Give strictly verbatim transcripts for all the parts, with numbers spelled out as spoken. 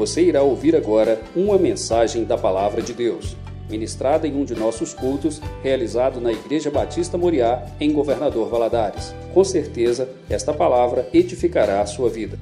Você irá ouvir agora uma mensagem da Palavra de Deus, ministrada em um de nossos cultos, realizado na Igreja Batista Moriá, em Governador Valadares. Com certeza, esta palavra edificará a sua vida.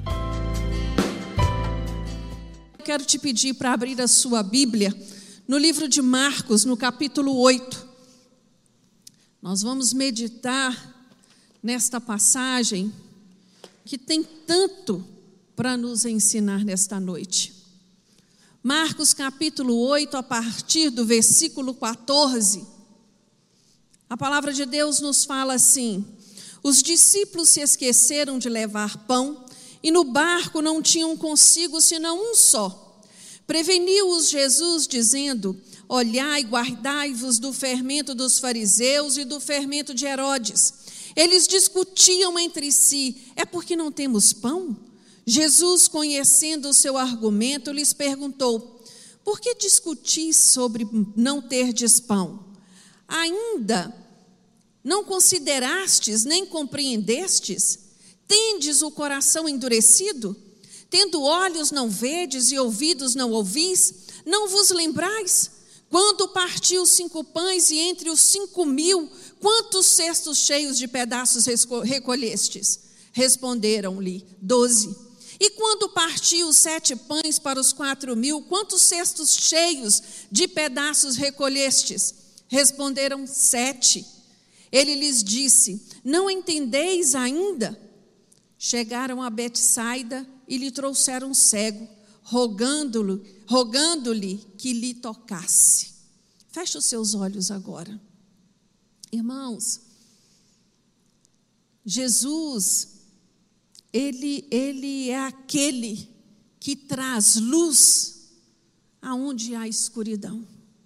Quero te pedir para abrir a sua Bíblia no livro de Marcos, no capítulo oito. Nós vamos meditar nesta passagem que tem tanto para nos ensinar nesta noite. Marcos capítulo oito, a partir do versículo quatorze, a palavra de Deus nos fala assim: os discípulos se esqueceram de levar pão e no barco não tinham consigo senão um só. Preveniu-os Jesus dizendo: olhai, guardai-vos do fermento dos fariseus e do fermento de Herodes. Eles discutiam entre si: é porque não temos pão? Jesus, conhecendo o seu argumento, lhes perguntou: por que discutis sobre não terdes pão? Ainda não considerastes nem compreendestes? Tendes o coração endurecido? Tendo olhos não vedes e ouvidos não ouvis? Não vos lembrais? Quando partiu cinco pães e entre os cinco mil, quantos cestos cheios de pedaços recolhestes? Responderam-lhe: doze. E quando partiu os sete pães para os quatro mil, quantos cestos cheios de pedaços recolhestes? Responderam: sete. Ele lhes disse: não entendeis ainda? Chegaram a Betsaida e lhe trouxeram um cego, rogando-lhe, rogando-lhe que lhe tocasse. Feche os seus olhos agora. Irmãos, Jesus, ele, ele é aquele que traz luz aonde há escuridão.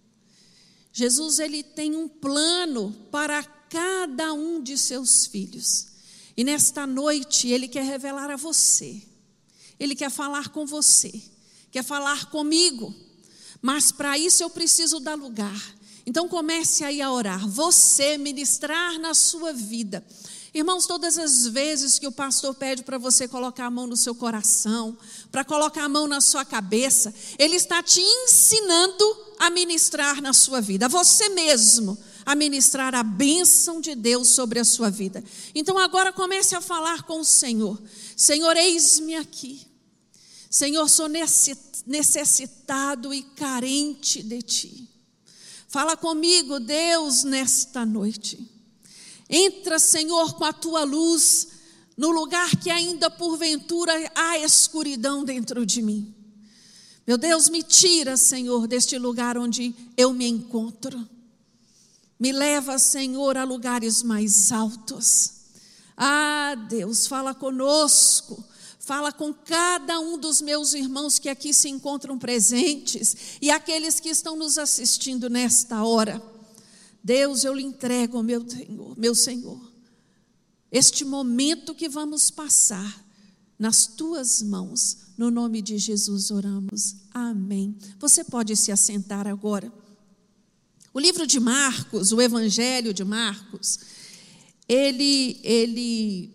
Jesus, ele tem um plano para cada um de seus filhos. E nesta noite, ele quer revelar a você. Ele quer falar com você. Quer falar comigo. Mas para isso eu preciso dar lugar. Então comece aí a orar. Você ministrar na sua vida. Irmãos, todas as vezes que o pastor pede para você colocar a mão no seu coração, para colocar a mão na sua cabeça, ele está te ensinando a ministrar na sua vida. Você mesmo a ministrar a bênção de Deus sobre a sua vida. Então agora comece a falar com o Senhor. Senhor, eis-me aqui. Senhor, sou necessitado e carente de Ti. Fala comigo, Deus, nesta noite. Entra, Senhor, com a Tua luz no lugar que ainda porventura há escuridão dentro de mim. Meu Deus, me tira, Senhor, deste lugar onde eu me encontro. Me leva, Senhor, a lugares mais altos. Ah, Deus, fala conosco. Fala com cada um dos meus irmãos que aqui se encontram presentes e aqueles que estão nos assistindo nesta hora. Deus, eu lhe entrego, meu Senhor, meu Senhor, este momento que vamos passar nas Tuas mãos. No nome de Jesus oramos. Amém. Você pode se assentar agora. O livro de Marcos, o Evangelho de Marcos, ele, ele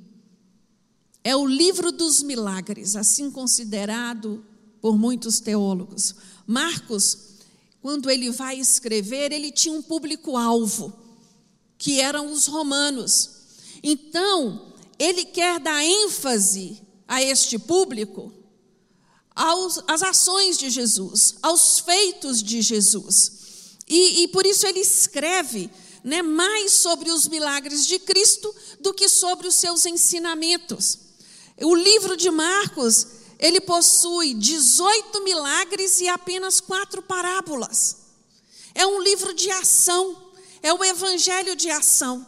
é o livro dos milagres, assim considerado por muitos teólogos. Marcos, quando ele vai escrever, ele tinha um público-alvo, que eram os romanos. Então, ele quer dar ênfase a este público, aos, às ações de Jesus, aos feitos de Jesus. E, e por isso ele escreve, né, mais sobre os milagres de Cristo do que sobre os seus ensinamentos. O livro de Marcos, ele possui dezoito milagres e apenas quatro parábolas. É um livro de ação, é o evangelho de ação.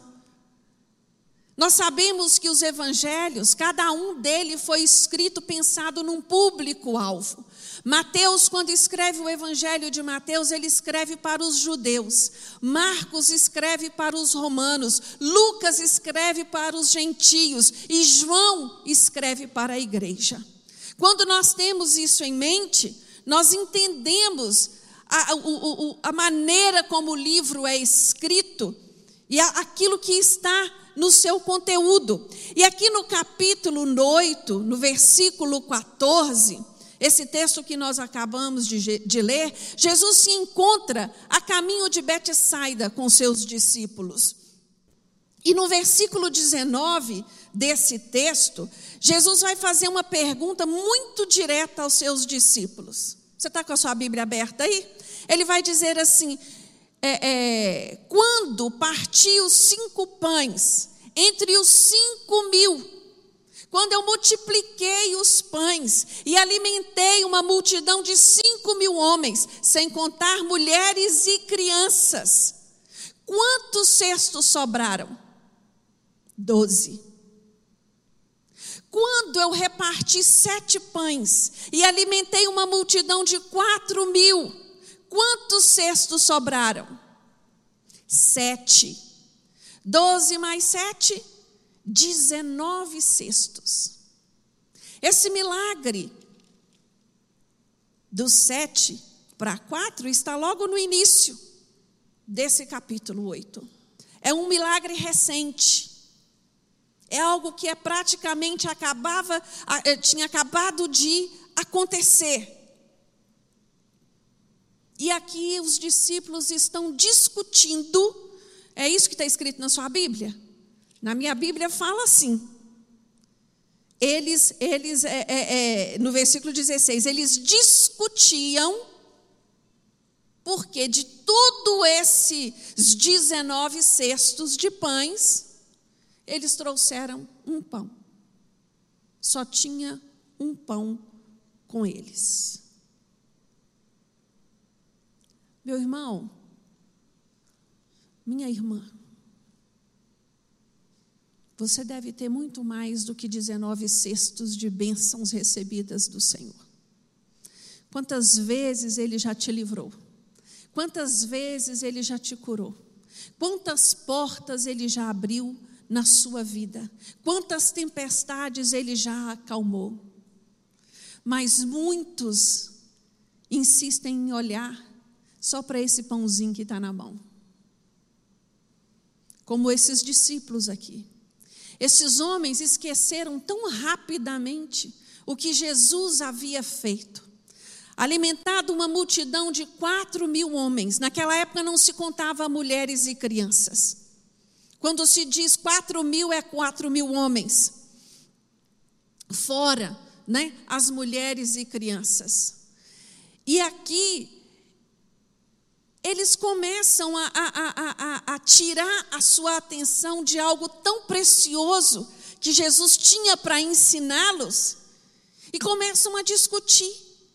Nós sabemos que os evangelhos, cada um deles foi escrito pensado num público-alvo. Mateus, quando escreve o evangelho de Mateus, ele escreve para os judeus. Marcos escreve para os romanos. Lucas escreve para os gentios. E João escreve para a igreja. Quando nós temos isso em mente, nós entendemos a, a, a maneira como o livro é escrito e a, aquilo que está no seu conteúdo. E aqui no capítulo oito, no versículo quatorze, esse texto que nós acabamos de, de ler, Jesus se encontra a caminho de Betsaida com seus discípulos. E no versículo dezenove desse texto, Jesus vai fazer uma pergunta muito direta aos seus discípulos. Você está com a sua Bíblia aberta aí? Ele vai dizer assim, é, é, quando parti os cinco pães entre os cinco mil, quando eu multipliquei os pães e alimentei uma multidão de cinco mil homens, sem contar mulheres e crianças, quantos cestos sobraram? Doze. Quando eu reparti sete pães e alimentei uma multidão de quatro mil, quantos cestos sobraram? Sete. Doze mais sete, dezenove cestos. Esse milagre dos sete para quatro está logo no início desse capítulo oito. É um milagre recente. É algo que é praticamente acabava, tinha acabado de acontecer. E aqui os discípulos estão discutindo. É isso que está escrito na sua Bíblia? Na minha Bíblia fala assim. Eles, eles é, é, é, no versículo dezesseis, eles discutiam porque de todos esses dezenove cestos de pães, eles trouxeram um pão. Só tinha um pão com eles. Meu irmão, minha irmã, você deve ter muito mais do que dezenove cestos de bênçãos recebidas do Senhor. Quantas vezes Ele já te livrou? Quantas vezes Ele já te curou? Quantas portas Ele já abriu na sua vida? Quantas tempestades Ele já acalmou? Mas muitos insistem em olhar só para esse pãozinho que está na mão. Como esses discípulos aqui. Esses homens esqueceram tão rapidamente o que Jesus havia feito. Alimentado uma multidão de quatro mil homens. Naquela época não se contava mulheres e crianças. Quando se diz quatro mil, é quatro mil homens. Fora, né, as mulheres e crianças. E aqui, eles começam a, a, a, a, a tirar a sua atenção de algo tão precioso que Jesus tinha para ensiná-los e começam a discutir.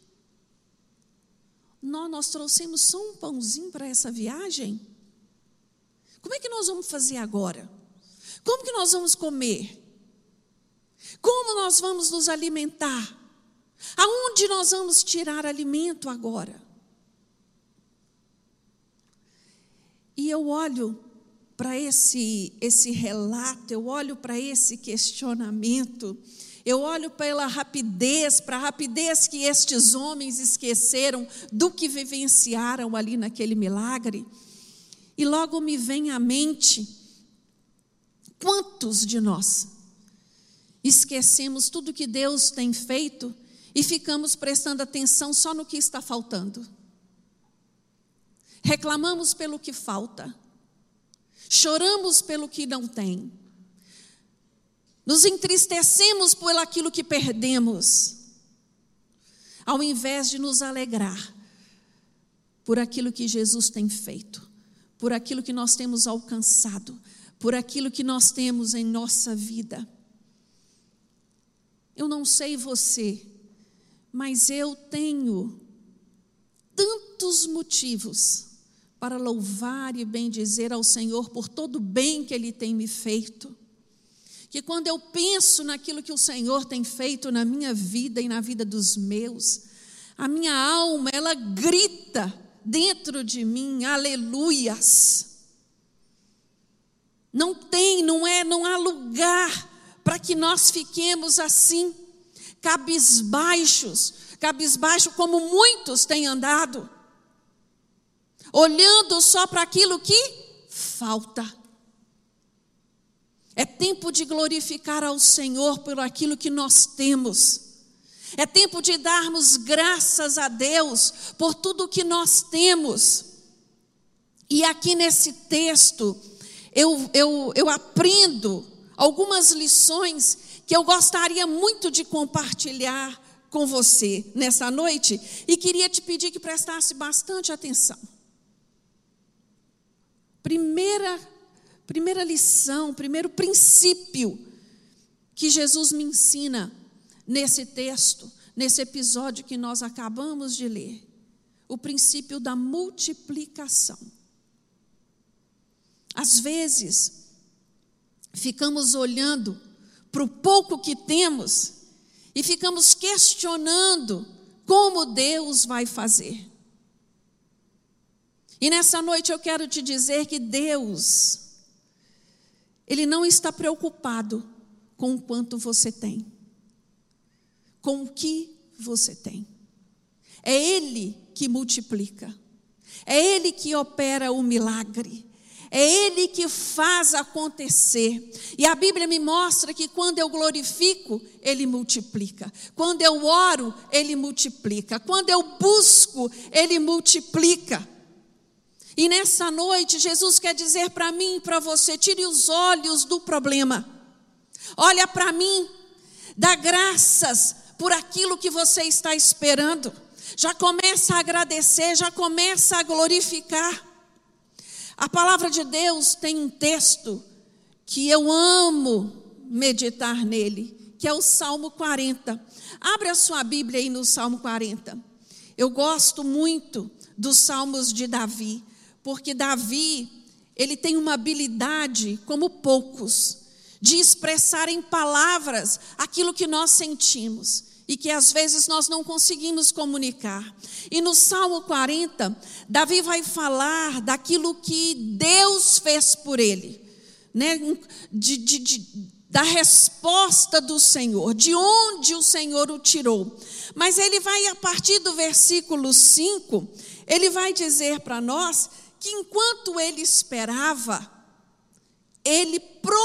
Nós, nós trouxemos só um pãozinho para essa viagem? Como é que nós vamos fazer agora? Como que nós vamos comer? Como nós vamos nos alimentar? Aonde nós vamos tirar alimento agora? E eu olho para esse, esse relato, eu olho para esse questionamento, eu olho pela rapidez, para a rapidez que estes homens esqueceram do que vivenciaram ali naquele milagre. E logo me vem à mente, quantos de nós esquecemos tudo que Deus tem feito e ficamos prestando atenção só no que está faltando? Reclamamos pelo que falta, choramos pelo que não tem, nos entristecemos por aquilo que perdemos, ao invés de nos alegrar por aquilo que Jesus tem feito, por aquilo que nós temos alcançado, por aquilo que nós temos em nossa vida. Eu não sei você, mas eu tenho tantos motivos para louvar e bendizer ao Senhor por todo o bem que Ele tem me feito, que quando eu penso naquilo que o Senhor tem feito na minha vida e na vida dos meus, a minha alma, ela grita dentro de mim, aleluias. Não tem, não é, não há lugar para que nós fiquemos assim, cabisbaixos, cabisbaixo como muitos têm andado, olhando só para aquilo que falta. É tempo de glorificar ao Senhor por aquilo que nós temos. É tempo de darmos graças a Deus por tudo que nós temos. E aqui nesse texto, eu, eu, eu aprendo algumas lições que eu gostaria muito de compartilhar com você nessa noite, e queria te pedir que prestasse bastante atenção. Primeira, primeira lição, primeiro princípio que Jesus me ensina nesse texto, nesse episódio que nós acabamos de ler, o princípio da multiplicação. Às vezes, ficamos olhando para o pouco que temos e ficamos questionando como Deus vai fazer. E nessa noite eu quero te dizer que Deus, Ele não está preocupado com o quanto você tem, com o que você tem. É Ele que multiplica, é Ele que opera o milagre, é Ele que faz acontecer. E a Bíblia me mostra que quando eu glorifico, Ele multiplica. Quando eu oro, Ele multiplica. Quando eu busco, Ele multiplica. E nessa noite, Jesus quer dizer para mim e para você: tire os olhos do problema. Olha para mim, dá graças por aquilo que você está esperando. Já começa a agradecer, já começa a glorificar. A palavra de Deus tem um texto que eu amo meditar nele, que é o Salmo quarenta. Abre a sua Bíblia aí no Salmo quarenta. Eu gosto muito dos Salmos de Davi, porque Davi, ele tem uma habilidade como poucos, de expressar em palavras aquilo que nós sentimos e que às vezes nós não conseguimos comunicar. E no Salmo quarenta, Davi vai falar daquilo que Deus fez por ele, né? de, de, de, da resposta do Senhor, de onde o Senhor o tirou. Mas ele vai, a partir do versículo cinco, ele vai dizer para nós que enquanto ele esperava, ele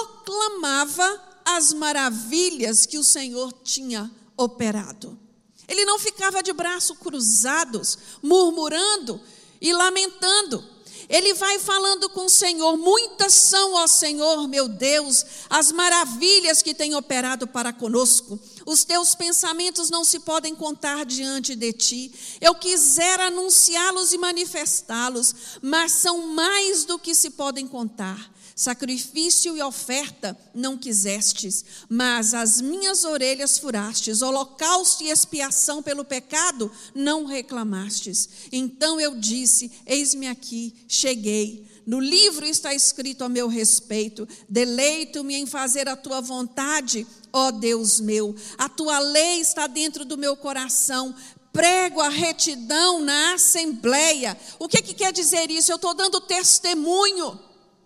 proclamava as maravilhas que o Senhor tinha operado. Ele não ficava de braços cruzados, murmurando e lamentando. Ele vai falando com o Senhor: muitas são, ó Senhor, meu Deus, as maravilhas que tem operado para conosco. Os teus pensamentos não se podem contar diante de ti. Eu quisera anunciá-los e manifestá-los, mas são mais do que se podem contar. Sacrifício e oferta não quisestes, mas as minhas orelhas furastes. Holocausto e expiação pelo pecado não reclamastes. Então eu disse: eis-me aqui, cheguei. No livro está escrito a meu respeito: deleito-me em fazer a tua vontade, ó Deus meu. A tua lei está dentro do meu coração. Prego a retidão na assembleia. O que, que quer dizer isso? Eu estou dando testemunho.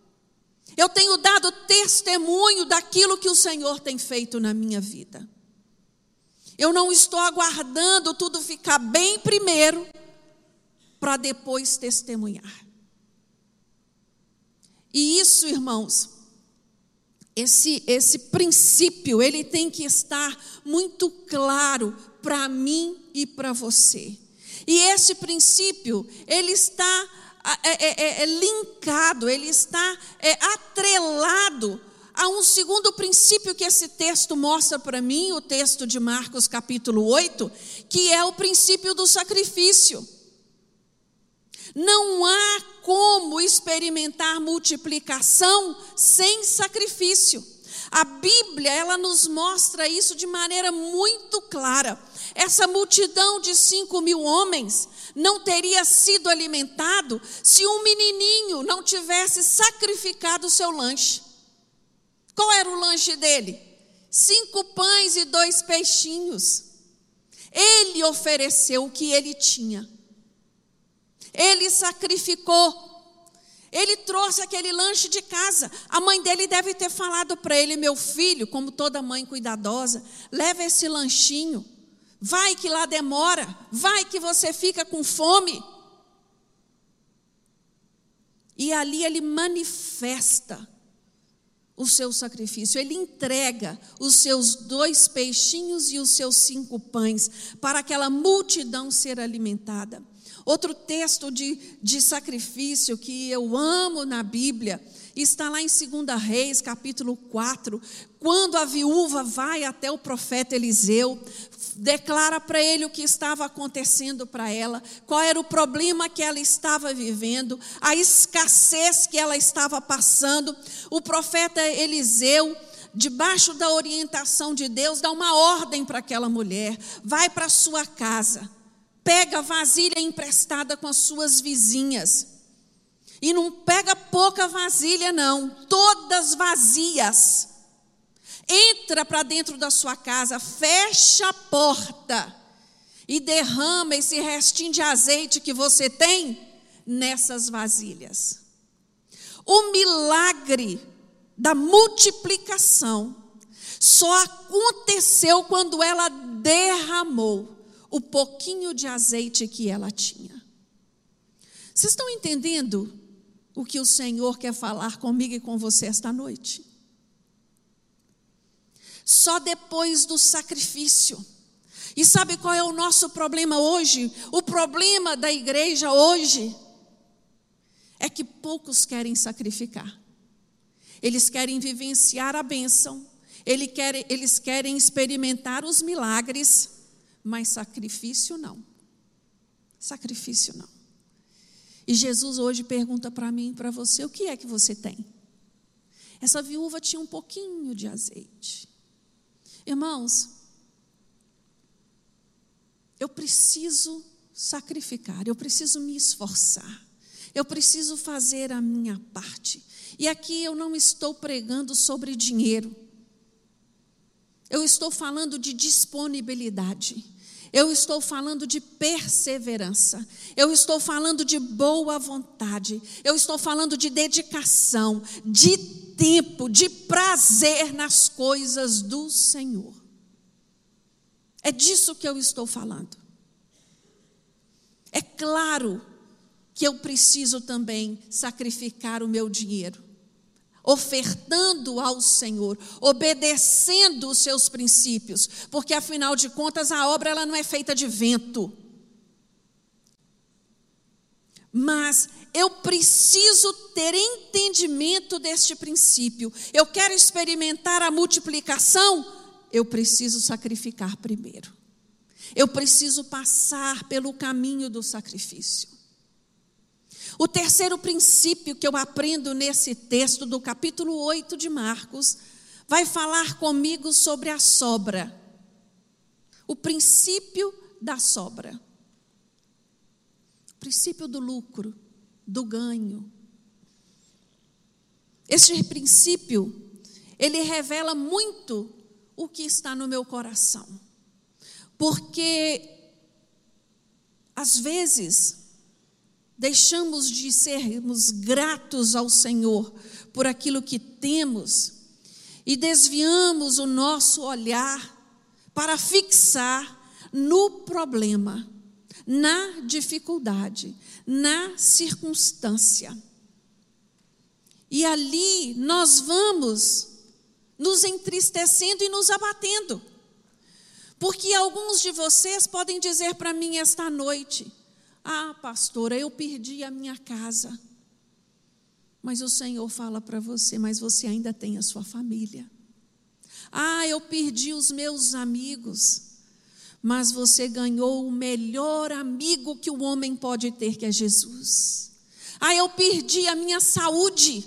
Eu tenho dado testemunho daquilo que o Senhor tem feito na minha vida. Eu não estou aguardando tudo ficar bem primeiro, para depois testemunhar. E isso, irmãos, esse, esse princípio, ele tem que estar muito claro para mim e para você. E esse princípio, ele está É, é, é linkado, ele está é, atrelado a um segundo princípio que esse texto mostra para mim, o texto de Marcos capítulo oito, que é o princípio do sacrifício. Não há como experimentar multiplicação sem sacrifício. A Bíblia, ela nos mostra isso de maneira muito clara. Essa multidão de cinco mil homens não teria sido alimentado se um menininho não tivesse sacrificado o seu lanche. Qual era o lanche dele? Cinco pães e dois peixinhos. Ele ofereceu o que ele tinha. Ele sacrificou. Ele trouxe aquele lanche de casa. A mãe dele deve ter falado para ele: meu filho, como toda mãe cuidadosa, leva esse lanchinho. Vai que lá demora, vai que você fica com fome. E ali ele manifesta o seu sacrifício. Ele entrega os seus dois peixinhos e os seus cinco pães para aquela multidão ser alimentada. Outro texto de, de sacrifício que eu amo na Bíblia está lá em Segunda Reis, capítulo quatro, quando a viúva vai até o profeta Eliseu, declara para ele o que estava acontecendo para ela, qual era o problema que ela estava vivendo, a escassez que ela estava passando. O profeta Eliseu, debaixo da orientação de Deus, dá uma ordem para aquela mulher: vai para a sua casa, pega vasilha emprestada com as suas vizinhas. E não pega pouca vasilha, não, todas vazias. Entra para dentro da sua casa, fecha a porta e derrama esse restinho de azeite que você tem nessas vasilhas. O milagre da multiplicação só aconteceu quando ela derramou o pouquinho de azeite que ela tinha. Vocês estão entendendo o que o Senhor quer falar comigo e com você esta noite? Só depois do sacrifício. E sabe qual é o nosso problema hoje? O problema da igreja hoje é que poucos querem sacrificar. Eles querem vivenciar a bênção, eles querem, eles querem experimentar os milagres, mas sacrifício não. Sacrifício não. E Jesus hoje pergunta para mim e para você: o que é que você tem? Essa viúva tinha um pouquinho de azeite. Irmãos, eu preciso sacrificar, eu preciso me esforçar, eu preciso fazer a minha parte. E aqui eu não estou pregando sobre dinheiro, eu estou falando de disponibilidade. Eu estou falando de perseverança, eu estou falando de boa vontade, eu estou falando de dedicação, de tempo, de prazer nas coisas do Senhor. É disso que eu estou falando. É claro que eu preciso também sacrificar o meu dinheiro, ofertando ao Senhor, obedecendo os seus princípios, porque afinal de contas a obra ela não é feita de vento. Mas eu preciso ter entendimento deste princípio. Eu quero experimentar a multiplicação, eu preciso sacrificar primeiro. Eu preciso passar pelo caminho do sacrifício. O terceiro princípio que eu aprendo nesse texto do capítulo oito de Marcos vai falar comigo sobre a sobra. O princípio da sobra. O princípio do lucro, do ganho. Este princípio, ele revela muito o que está no meu coração. Porque, às vezes, deixamos de sermos gratos ao Senhor por aquilo que temos e desviamos o nosso olhar para fixar no problema, na dificuldade, na circunstância. E ali nós vamos nos entristecendo e nos abatendo. Porque alguns de vocês podem dizer para mim esta noite: ah, pastora, eu perdi a minha casa. Mas o Senhor fala para você: mas você ainda tem a sua família. Ah, eu perdi os meus amigos. Mas você ganhou o melhor amigo que o homem pode ter, que é Jesus. Ah, eu perdi a minha saúde.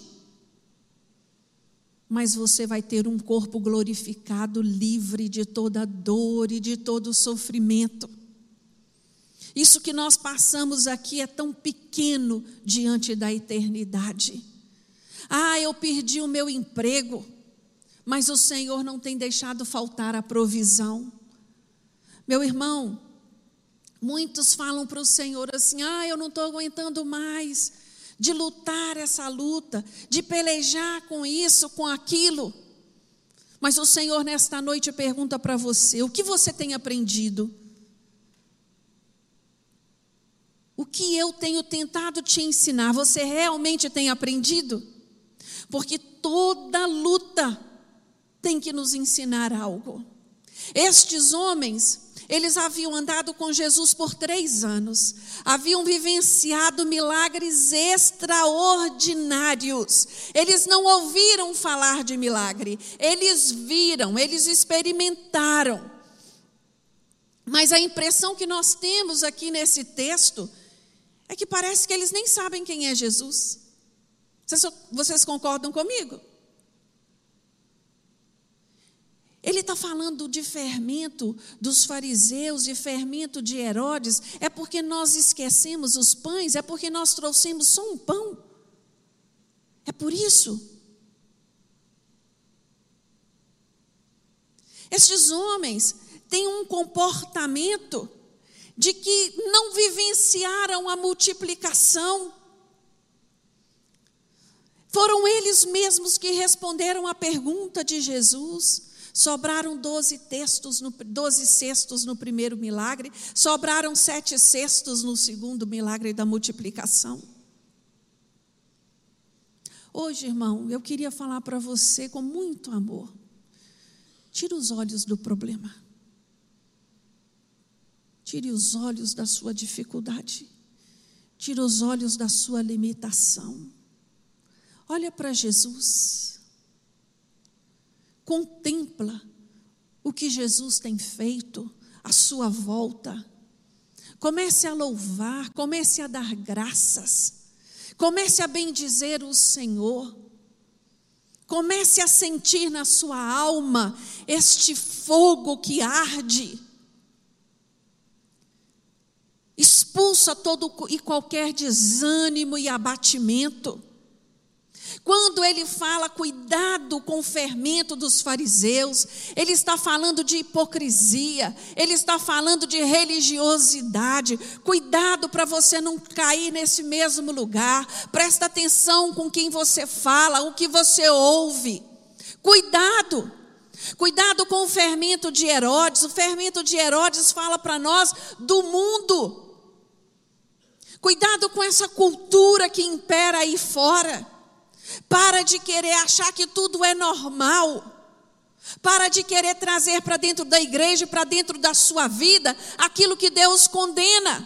Mas você vai ter um corpo glorificado, livre de toda dor e de todo sofrimento. Isso que nós passamos aqui é tão pequeno diante da eternidade. Ah, eu perdi o meu emprego, mas o Senhor não tem deixado faltar a provisão. Meu irmão, muitos falam para o Senhor assim: ah, eu não estou aguentando mais de lutar essa luta, de pelejar com isso, com aquilo. Mas o Senhor nesta noite pergunta para você: o que você tem aprendido? O que eu tenho tentado te ensinar, você realmente tem aprendido? porque toda luta tem que nos ensinar algo. Estes homens, eles haviam andado com Jesus por três anos, haviam vivenciado milagres extraordinários. Eles não ouviram falar de milagre, eles viram, eles experimentaram. Mas a impressão que nós temos aqui nesse texto é que parece que eles nem sabem quem é Jesus. Vocês, vocês concordam comigo? Ele está falando de fermento dos fariseus e fermento de Herodes. É porque nós esquecemos os pães? É porque nós trouxemos só um pão? É por isso? Estes homens têm um comportamento de que não vivenciaram a multiplicação. Foram eles mesmos que responderam à pergunta de Jesus. Sobraram doze textos, no, doze cestos no primeiro milagre, sobraram sete cestos no segundo milagre da multiplicação. Hoje, irmão, eu queria falar para você com muito amor. Tire os olhos do problema. Tire os olhos da sua dificuldade. Tire os olhos da sua limitação. Olha para Jesus. Contempla o que Jesus tem feito à sua volta. Comece a louvar, comece a dar graças. Comece a bendizer o Senhor. Comece a sentir na sua alma este fogo que arde. Expulsa todo e qualquer desânimo e abatimento. Quando ele fala cuidado com o fermento dos fariseus, ele está falando de hipocrisia, ele está falando de religiosidade. Cuidado para você não cair nesse mesmo lugar. Presta atenção com quem você fala, o que você ouve. Cuidado. Cuidado com o fermento de Herodes. O fermento de Herodes fala para nós do mundo. Cuidado com essa cultura que impera aí fora. Para de querer achar que tudo é normal. Para de querer trazer para dentro da igreja, para dentro da sua vida, aquilo que Deus condena.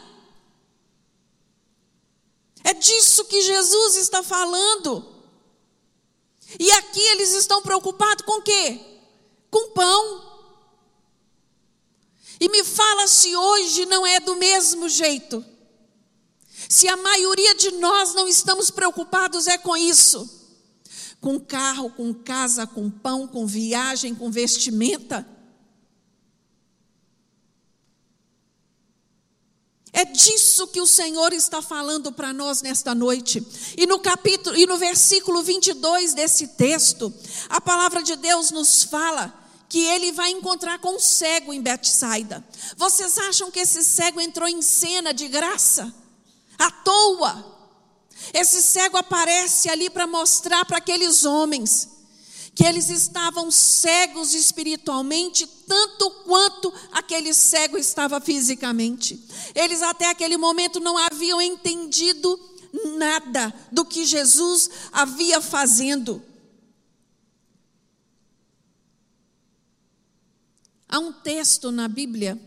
É disso que Jesus está falando. E aqui eles estão preocupados com o quê? Com pão. E me fala se hoje não é do mesmo jeito. Se a maioria de nós não estamos preocupados é com isso. Com carro, com casa, com pão, com viagem, com vestimenta. É disso que o Senhor está falando para nós nesta noite. E no capítulo, e no versículo vinte e dois desse texto, a palavra de Deus nos fala que ele vai encontrar com um cego em Betsaida. Vocês acham que esse cego entrou em cena de graça? À toa. Esse cego aparece ali para mostrar para aqueles homens que eles estavam cegos espiritualmente, tanto quanto aquele cego estava fisicamente. Eles até aquele momento não haviam entendido nada do que Jesus havia fazendo. Há um texto na Bíblia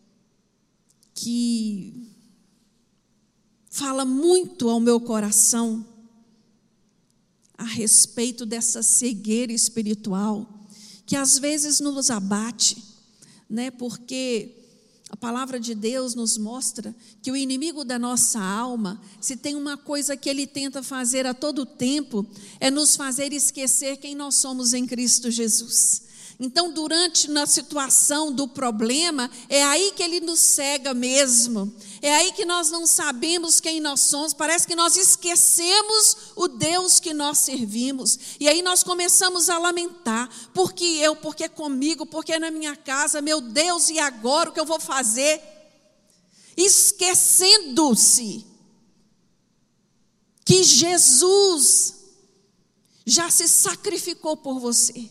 que fala muito ao meu coração a respeito dessa cegueira espiritual que às vezes nos abate, né? Porque a palavra de Deus nos mostra que o inimigo da nossa alma, se tem uma coisa que ele tenta fazer a todo tempo, é nos fazer esquecer quem nós somos em Cristo Jesus. Então, durante na situação do problema, é aí que ele nos cega mesmo. É aí que nós não sabemos quem nós somos. Parece que nós esquecemos o Deus que nós servimos. E aí nós começamos a lamentar. Por que eu? Por que comigo? Por que na minha casa? Meu Deus, e agora o que eu vou fazer? Esquecendo-se que Jesus já se sacrificou por você.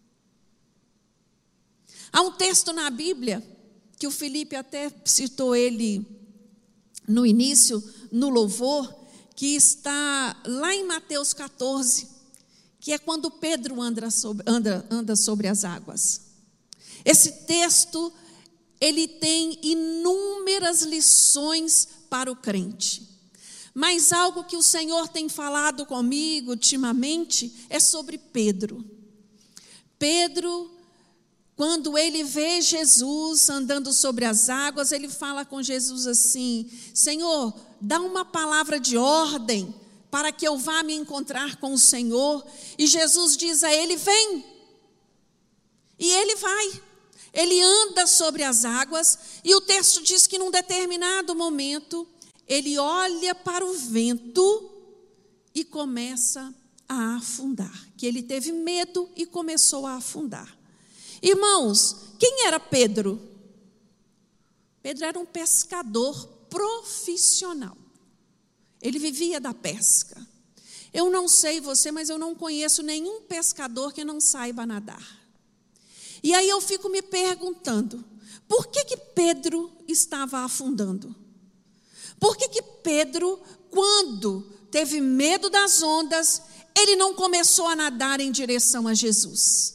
Há um texto na Bíblia, que o Felipe até citou ele no início, no louvor, que está lá em Mateus catorze, que é quando Pedro anda sobre, anda, anda sobre as águas. Esse texto, ele tem inúmeras lições para o crente. Mas algo que o Senhor tem falado comigo ultimamente é sobre Pedro. Pedro, quando ele vê Jesus andando sobre as águas, ele fala com Jesus assim: Senhor, dá uma palavra de ordem para que eu vá me encontrar com o Senhor. E Jesus diz a ele: vem. E ele vai. Ele anda sobre as águas, e o texto diz que num determinado momento, ele olha para o vento e começa a afundar. Que ele teve medo e começou a afundar. Irmãos, quem era Pedro? Pedro era um pescador profissional. Ele vivia da pesca. Eu não sei você, mas eu não conheço nenhum pescador que não saiba nadar. E aí eu fico me perguntando, por que que Pedro estava afundando? Por que que Pedro, quando teve medo das ondas, ele não começou a nadar em direção a Jesus?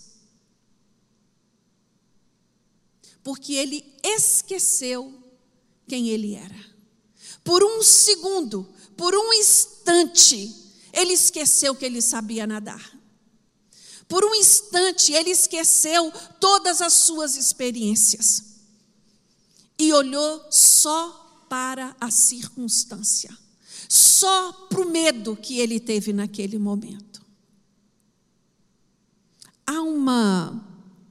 Porque ele esqueceu quem ele era. Por um segundo, por um instante, ele esqueceu que ele sabia nadar. Por um instante, ele esqueceu todas as suas experiências e olhou só para a circunstância, só para o medo que ele teve naquele momento. Há uma,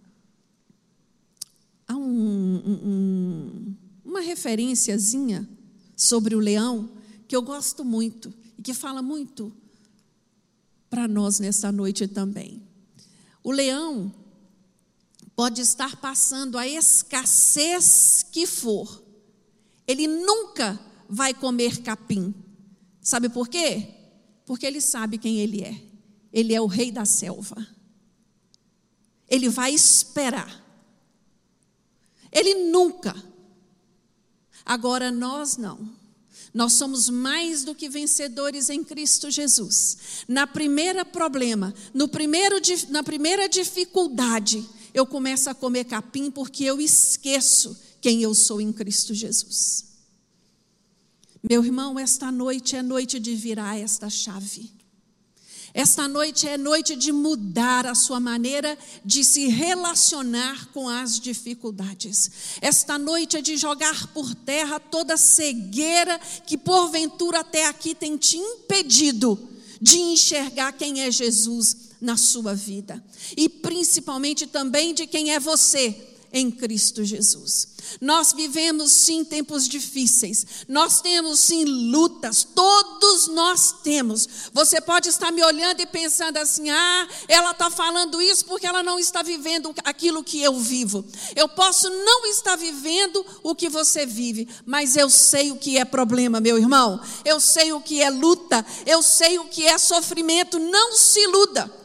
há um, um, uma referenciazinha sobre o leão que eu gosto muito e que fala muito para nós nessa noite também. O leão pode estar passando a escassez que for, ele nunca vai comer capim. Sabe por quê? Porque ele sabe quem ele é. Ele é o rei da selva. Ele vai esperar. Ele nunca. Agora nós não. Nós somos mais do que vencedores em Cristo Jesus. Na primeira problema, no primeiro, na primeira dificuldade, eu começo a comer capim porque eu esqueço quem eu sou em Cristo Jesus. Meu irmão, esta noite é noite de virar esta chave. Esta noite é noite de mudar a sua maneira de se relacionar com as dificuldades. Esta noite é de jogar por terra toda cegueira que porventura até aqui tem te impedido de enxergar quem é Jesus na sua vida. E principalmente também de quem é você em Cristo Jesus. Nós vivemos sim tempos difíceis, nós temos sim lutas, todos nós temos. Você pode estar me olhando e pensando assim: ah, ela está falando isso porque ela não está vivendo aquilo que eu vivo. Eu posso não estar vivendo o que você vive, mas eu sei o que é problema, meu irmão. Eu sei o que é luta, eu sei o que é sofrimento. Não se iluda.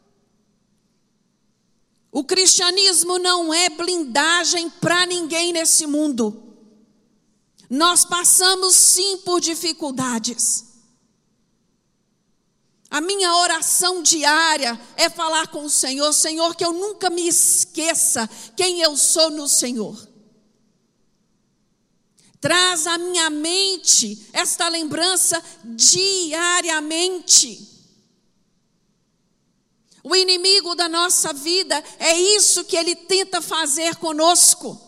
O cristianismo não é blindagem para ninguém nesse mundo. Nós passamos sim por dificuldades. A minha oração diária é falar com o Senhor: Senhor, que eu nunca me esqueça quem eu sou no Senhor. Traz à minha mente esta lembrança diariamente. O inimigo da nossa vida é isso que ele tenta fazer conosco.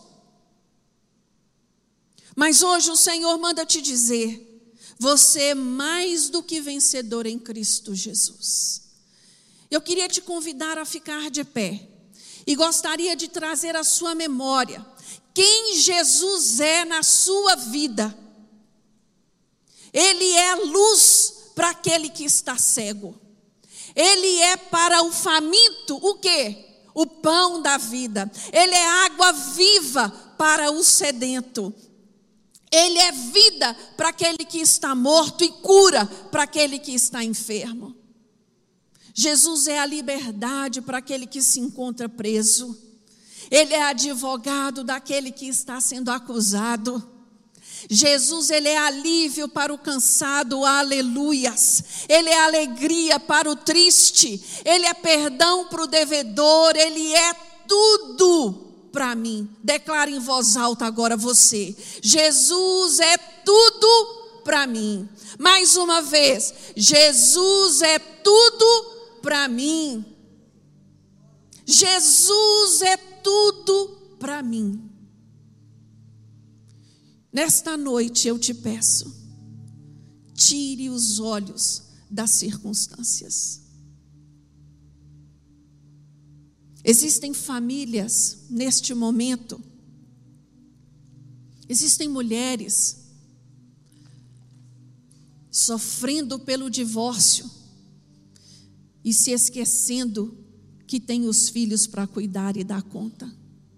Mas hoje o Senhor manda te dizer: você é mais do que vencedor em Cristo Jesus. Eu queria te convidar a ficar de pé e gostaria de trazer à sua memória quem Jesus é na sua vida. Ele é luz para aquele que está cego. Ele é para o faminto o quê? O pão da vida. Ele é água viva para o sedento. Ele é vida para aquele que está morto e cura para aquele que está enfermo. Jesus é a liberdade para aquele que se encontra preso. Ele é advogado daquele que está sendo acusado. Jesus, ele é alívio para o cansado, aleluias. Ele é alegria para o triste. Ele é perdão para o devedor. Ele é tudo para mim. Declare em voz alta agora você. Jesus é tudo para mim. Mais uma vez, Jesus é tudo para mim. Jesus é tudo para mim. Nesta noite eu te peço, tire os olhos das circunstâncias. Existem famílias neste momento, existem mulheres sofrendo pelo divórcio e se esquecendo que tem os filhos para cuidar e dar conta.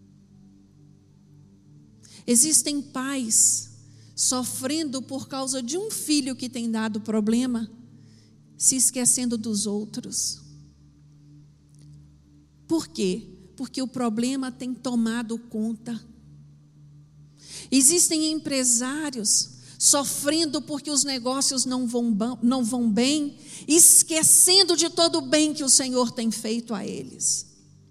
Existem pais sofrendo por causa de um filho que tem dado problema, se esquecendo dos outros. Por quê? Porque o problema tem tomado conta. Existem empresários sofrendo porque os negócios não vão, não vão bem, esquecendo de todo o bem que o Senhor tem feito a eles.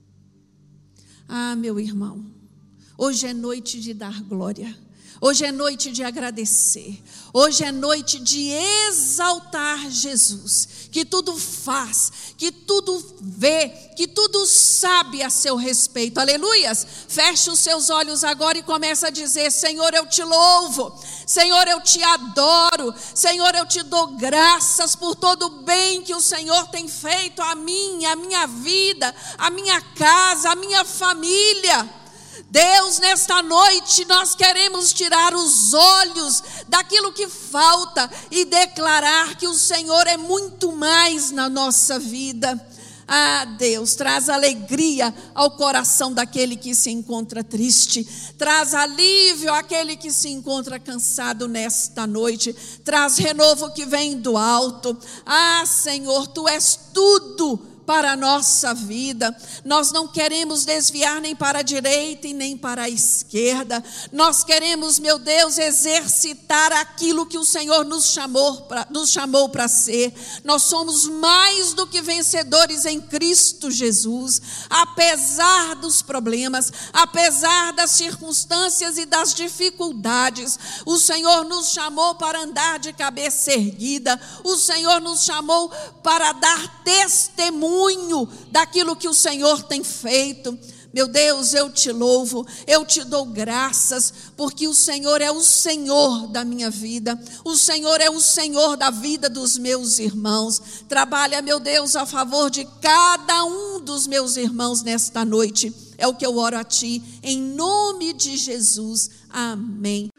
Ah, meu irmão, hoje é noite de dar glória, hoje é noite de agradecer, hoje é noite de exaltar Jesus, que tudo faz, que tudo vê, que tudo sabe a seu respeito, aleluias. Feche os seus olhos agora e começa a dizer: Senhor, eu te louvo, Senhor, eu te adoro, Senhor, eu te dou graças por todo o bem que o Senhor tem feito a mim, a minha vida, a minha casa, a minha família. Deus, nesta noite nós queremos tirar os olhos daquilo que falta e declarar que o Senhor é muito mais na nossa vida. Ah, Deus, traz alegria ao coração daquele que se encontra triste, traz alívio àquele que se encontra cansado nesta noite, traz renovo que vem do alto. Ah, Senhor, Tu és tudo para a nossa vida. Nós não queremos desviar nem para a direita e nem para a esquerda. Nós queremos, meu Deus, exercitar aquilo que o Senhor nos chamou para, nos chamou para ser. Nós somos mais do que vencedores em Cristo Jesus, apesar dos problemas, apesar das circunstâncias e das dificuldades. O Senhor nos chamou para andar de cabeça erguida. O Senhor nos chamou para dar testemunho daquilo que o Senhor tem feito. Meu Deus, eu te louvo, eu te dou graças, porque o Senhor é o Senhor da minha vida, o Senhor é o Senhor da vida dos meus irmãos. Trabalha, meu Deus, a favor de cada um dos meus irmãos nesta noite. É o que eu oro a Ti, em nome de Jesus. Amém.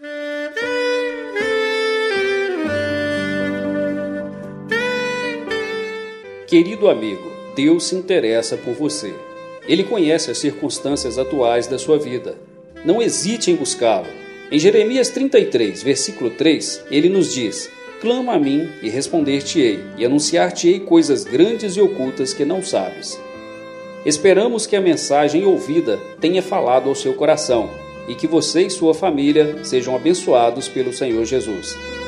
Querido amigo, Deus se interessa por você. Ele conhece as circunstâncias atuais da sua vida. Não hesite em buscá-lo. Em Jeremias trinta e três, versículo três, ele nos diz: clama a mim e responder-te-ei, e anunciar-te-ei coisas grandes e ocultas que não sabes. Esperamos que a mensagem ouvida tenha falado ao seu coração e que você e sua família sejam abençoados pelo Senhor Jesus.